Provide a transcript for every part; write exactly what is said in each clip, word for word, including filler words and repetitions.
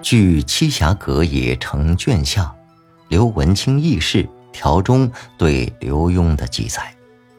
据《栖霞阁野成卷下刘文清轶事条中对刘墉的记载，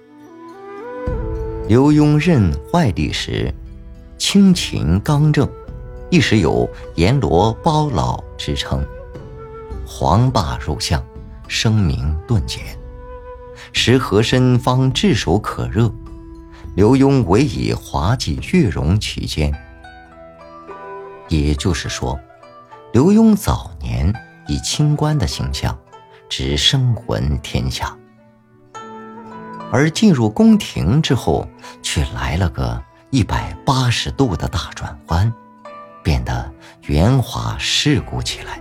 刘墉任外吏时，清勤刚正，一时有阎罗包老之称，黄霸入相，声名顿减。时和珅方炙手可热，刘墉唯以滑稽乐融其间。也就是说，刘墉早年以清官的形象只声闻天下，而进入宫廷之后，却来了个一百八十度的大转弯，变得圆滑世故起来。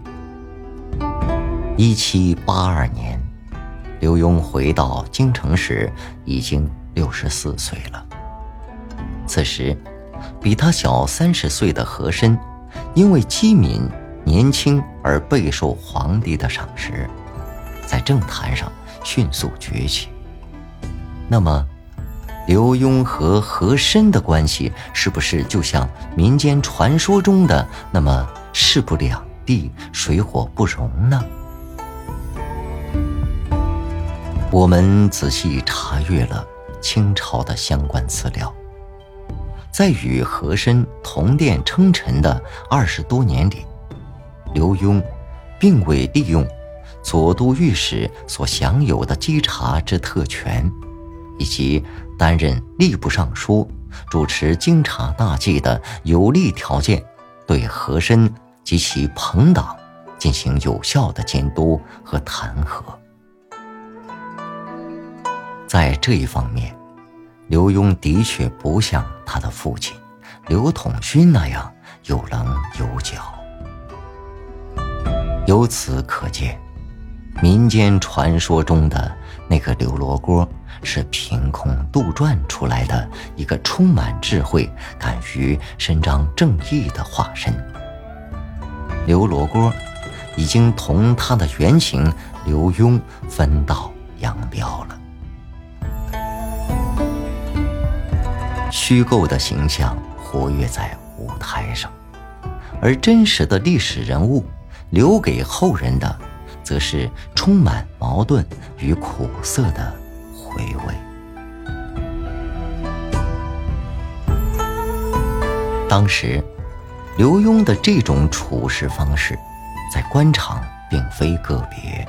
一七八二年，刘墉回到京城时已经六十四岁了。此时比他小三十岁的和珅，因为机敏年轻而备受皇帝的赏识，在政坛上迅速崛起。那么刘墉和和珅的关系是不是就像民间传说中的那么势不两立、水火不容呢？我们仔细查阅了清朝的相关资料，在与和珅同殿称臣的二十多年里，刘墉并未利用左都御史所享有的稽查之特权，以及担任吏部尚书、主持京察大计的有利条件，对和珅及其朋党进行有效的监督和弹劾。在这一方面，刘墉的确不像他的父亲刘统勋那样有棱有角。由此可见，民间传说中的那个刘罗锅是凭空杜撰出来的一个充满智慧、敢于伸张正义的化身。刘罗锅已经同他的原型刘墉分道扬镳了。虚构的形象活跃在舞台上，而真实的历史人物留给后人的，则是充满矛盾与苦涩的回味。当时刘墉的这种处事方式在官场并非个别。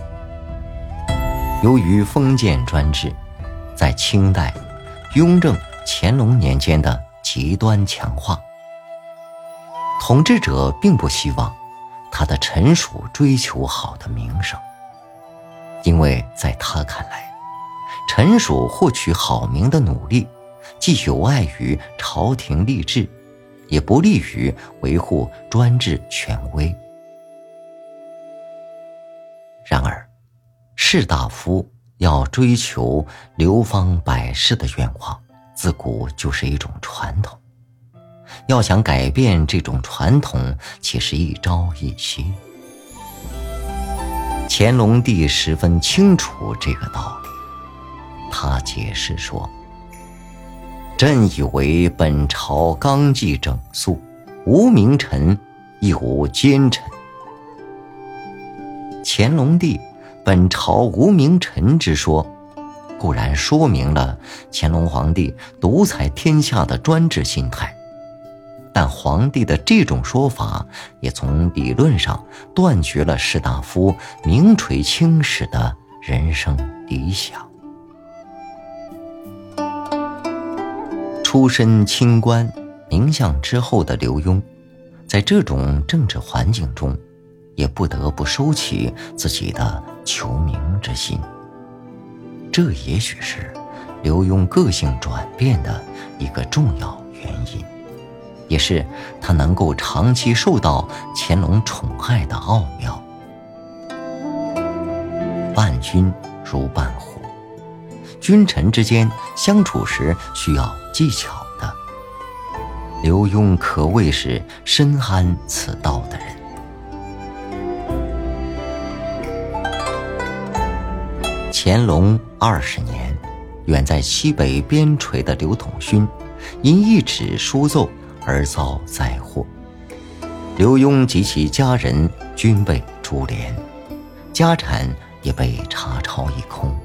由于封建专制在清代雍正、乾隆年间的极端强化，统治者并不希望他的臣属追求好的名声，因为在他看来，臣属获取好名的努力既有碍于朝廷吏治，也不利于维护专制权威。然而士大夫要追求流芳百世的愿望，自古就是一种传统，要想改变这种传统，岂是一朝一夕？乾隆帝十分清楚这个道理，他解释说：“朕以为本朝纲纪整肃，无名臣，亦无奸臣。”乾隆帝本朝无名臣之说，固然说明了乾隆皇帝独裁天下的专制心态，但皇帝的这种说法也从理论上断绝了士大夫名垂青史的人生理想。出身清官名相之后的刘墉，在这种政治环境中，也不得不收起自己的求名之心。这也许是刘墉个性转变的一个重要原因，也是他能够长期受到乾隆宠爱的奥妙。伴君如伴虎，君臣之间相处时需要技巧的，刘墉可谓是深谙此道的人。乾隆二十年，远在西北边陲的刘统勋因一纸书奏而遭灾祸。 刘墉及其家人均被株连，家产也被查抄一空。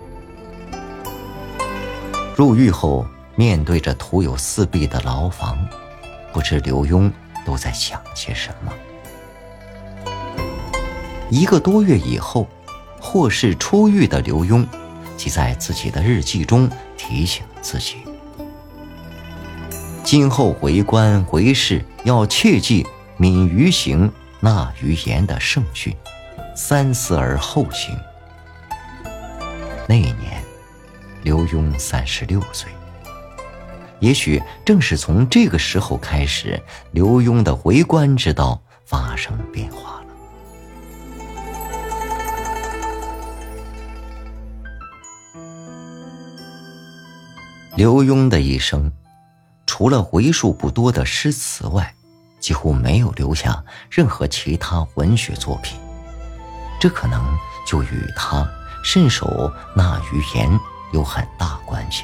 入狱后，面对着徒有四壁的牢房，不知刘墉都在想些什么。一个多月以后，获释出狱的刘墉即在自己的日记中提醒自己，今后回关回事要切记敏于行，纳于言的圣训，三思而后行。那一年，刘墉三十六岁。也许正是从这个时候开始，刘墉的为官之道发生变化了。刘墉的一生，除了为数不多的诗词外，几乎没有留下任何其他文学作品。这可能就与他慎守纳于言有很大关系。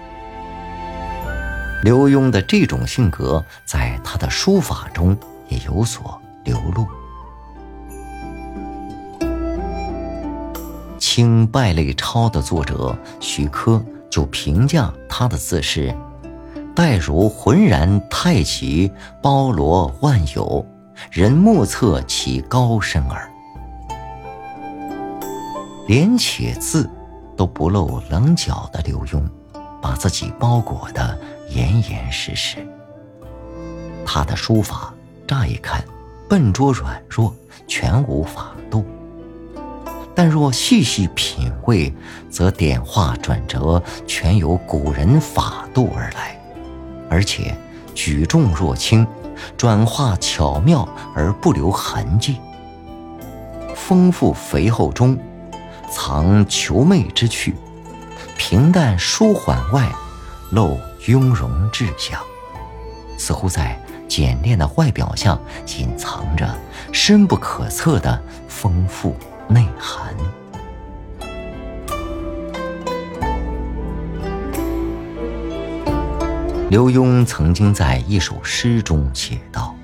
刘墉的这种性格在他的书法中也有所流露。《清败类钞》的作者徐柯就评价他的字是待如浑然太极，包罗万有，人莫测其高深耳。连且字都不露棱角的刘墉，把自己包裹得严严实实。他的书法乍一看笨拙软弱，全无法度，但若细细品味，则点画转折全由古人法度而来，而且举重若轻，转化巧妙而不留痕迹。丰富肥厚中藏求媚之趣，平淡舒缓外露雍容志向，似乎在简练的外表下隐藏着深不可测的丰富内涵。刘墉曾经在一首诗中写道：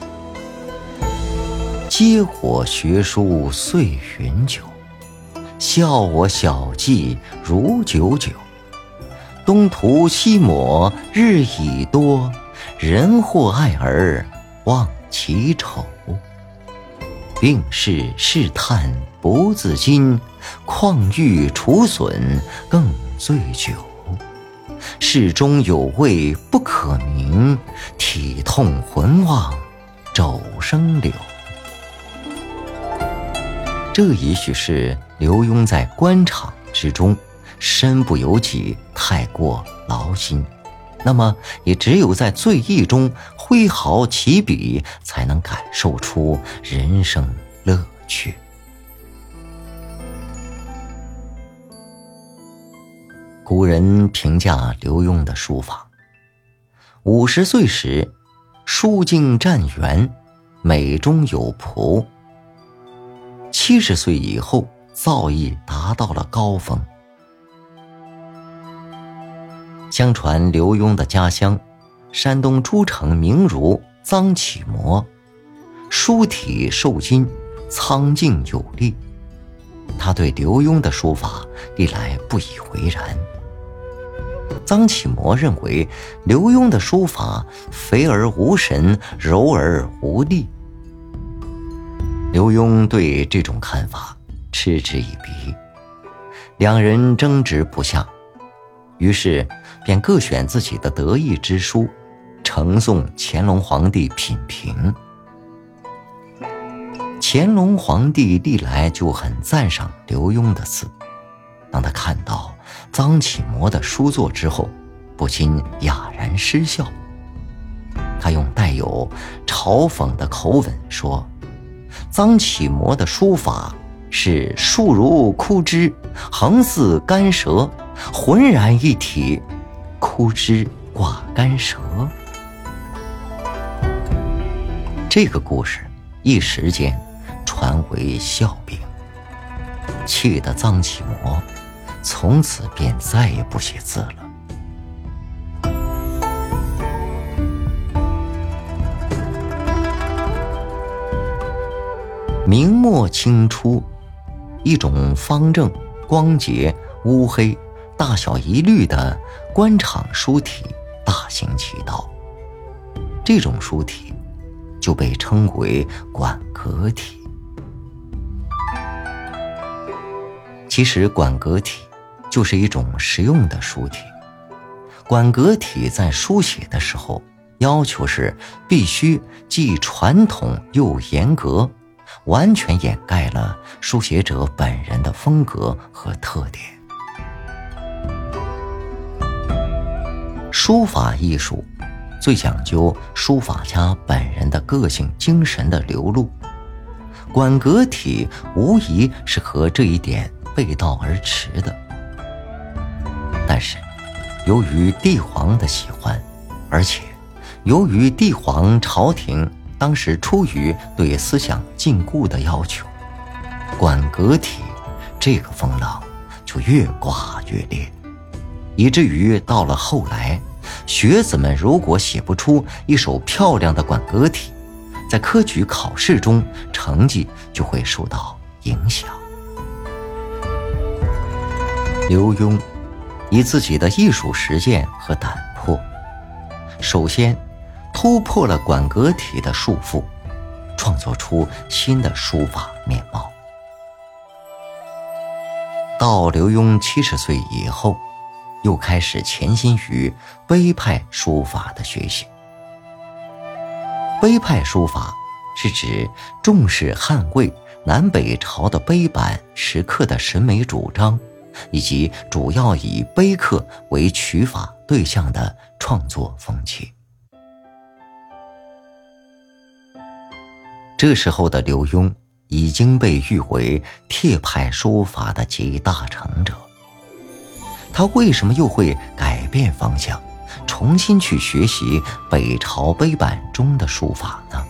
嗟我学书岁云久，笑我小技如久久。东涂西抹日已多，人或爱而忘其丑。病逝试叹不自禁，况欲除损更醉酒。世中有味不可名，体痛魂忘肘生柳。这也许是刘墉在官场之中身不由己，太过劳心，那么也只有在醉意中挥毫起笔，才能感受出人生乐趣。古人评价刘墉的书法：五十岁时书经湛圆，美中有谱；七十岁以后造诣达到了高峰。相传刘墉的家乡山东诸城名儒臧启谟，书体瘦金，苍劲有力。他对刘墉的书法历来不以为然。臧启谟认为刘墉的书法肥而无神，柔而无力。刘墉对这种看法嗤之以鼻，两人争执不下，于是便各选自己的得意之书，呈送乾隆皇帝品评。乾隆皇帝历来就很赞赏刘墉的字，当他看到臧启谟的书作之后，不禁哑然失笑。他用带有嘲讽的口吻说，臧启谟的书法是竖如枯枝，横似干蛇，浑然一体，枯枝挂干蛇。这个故事一时间传为笑柄，气得臧启谟从此便再也不写字了。 明末清初，一种方正、光洁、乌黑、大小一律的官场书体大行其道，这种书体就被称为馆阁体。其实馆阁体就是一种实用的书体。馆阁体在书写的时候，要求是必须既传统又严格，完全掩盖了书写者本人的风格和特点。书法艺术最讲究书法家本人的个性精神的流露，馆阁体无疑是和这一点背道而驰的。但是由于帝皇的喜欢，而且由于帝皇朝廷当时出于对思想禁锢的要求，馆阁体这个风浪就越刮越烈，以至于到了后来，学子们如果写不出一手漂亮的馆阁体，在科举考试中成绩就会受到影响。刘墉以自己的艺术实践和胆魄，首先突破了馆阁体的束缚，创作出新的书法面貌。到刘墉七十岁以后，又开始潜心于徽派书法的学习。徽派书法是指重视捍卫南北朝的碑版石刻的审美主张，以及主要以碑刻为取法对象的创作风气。这时候的刘墉已经被誉为帖派书法的集大成者。他为什么又会改变方向，重新去学习北朝碑版中的书法呢？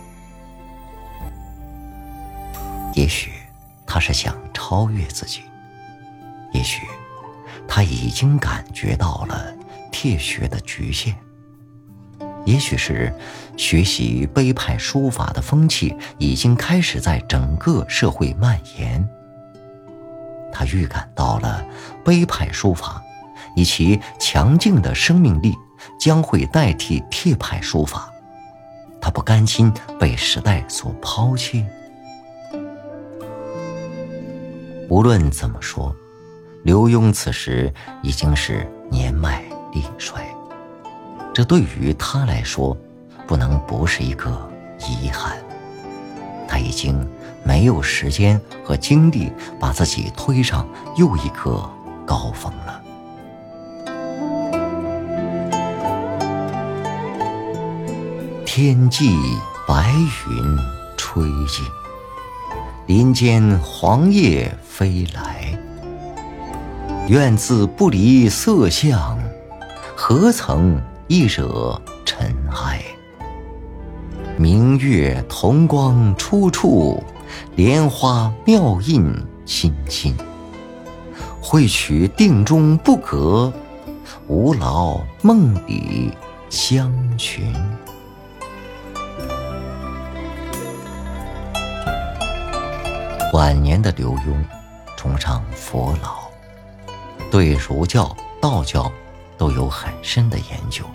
也许他是想超越自己，也许他已经感觉到了帖学的局限，也许是学习徽派书法的风气已经开始在整个社会蔓延。他预感到了徽派书法以其强劲的生命力将会代替帖派书法，他不甘心被时代所抛弃。无论怎么说，刘墉此时已经是年迈力衰，这对于他来说不能不是一个遗憾。他已经没有时间和精力把自己推上又一个高峰了。天际白云吹尽，林间黄叶飞来，愿自不离色相，何曾一惹尘埃。明月同光出处，莲花妙印心心。会取定中不隔，无劳梦里相寻。晚年的刘墉崇尚佛老，对儒教、道教都有很深的研究。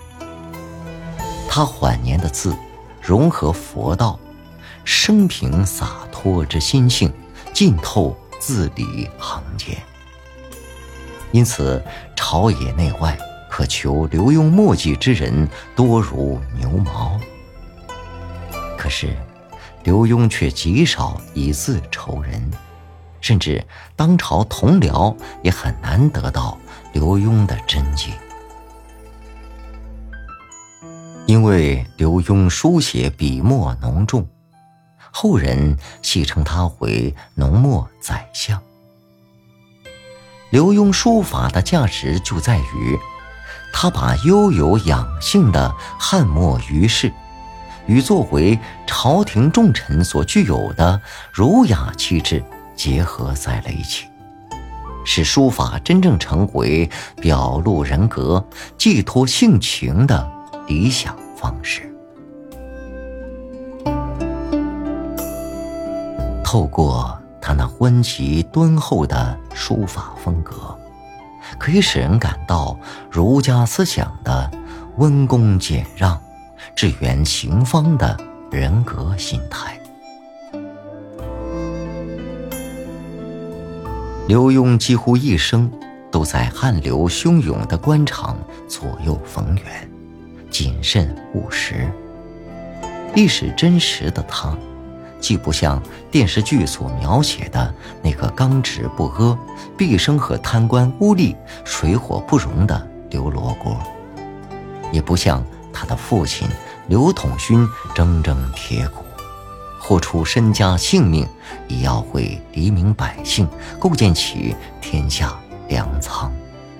他晚年的字融合佛道，生平洒脱之心性浸透字里行间，因此朝野内外可求刘墉墨迹之人多如牛毛。可是刘墉却极少以字酬人，甚至当朝同僚也很难得到刘墉的真迹。因为刘墉书写笔墨浓重，后人戏称他为浓墨宰相。刘墉书法的价值就在于他把悠有养性的翰墨于世与作为朝廷重臣所具有的儒雅气质结合在了一起，使书法真正成为表露人格、寄托性情的理想方式。 透过他那婚奇敦厚的书法风格，可以使人感到儒家思想的温恭俭让、致远行方的人格心态。刘墉几乎一生都在汗流汹涌的官场左右逢源，谨慎务实。历史真实的他，既不像电视剧所描写的那个刚直不阿、毕生和贪官污吏水火不容的刘罗锅，也不像他的父亲刘统勋铮铮铁骨，豁出身家性命也要为黎民百姓构建起天下粮仓。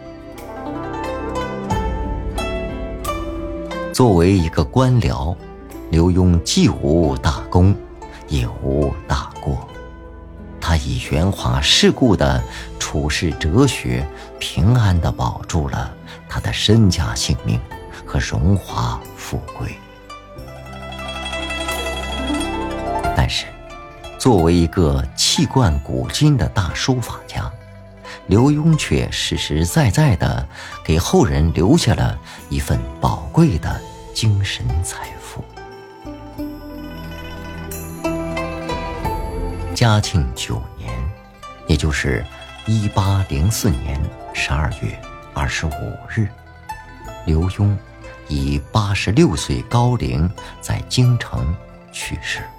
作为一个官僚，刘墉既无大功，也无大过。他以圆滑世故的处世哲学，平安地保住了他的身家性命和荣华富贵。但是，作为一个气贯古今的大书法家，刘墉却实实在在地给后人留下了一份宝贵的精神财富。嘉庆九年，也就是一八零四年十二月二十五日，刘墉以八十六岁高龄在京城去世。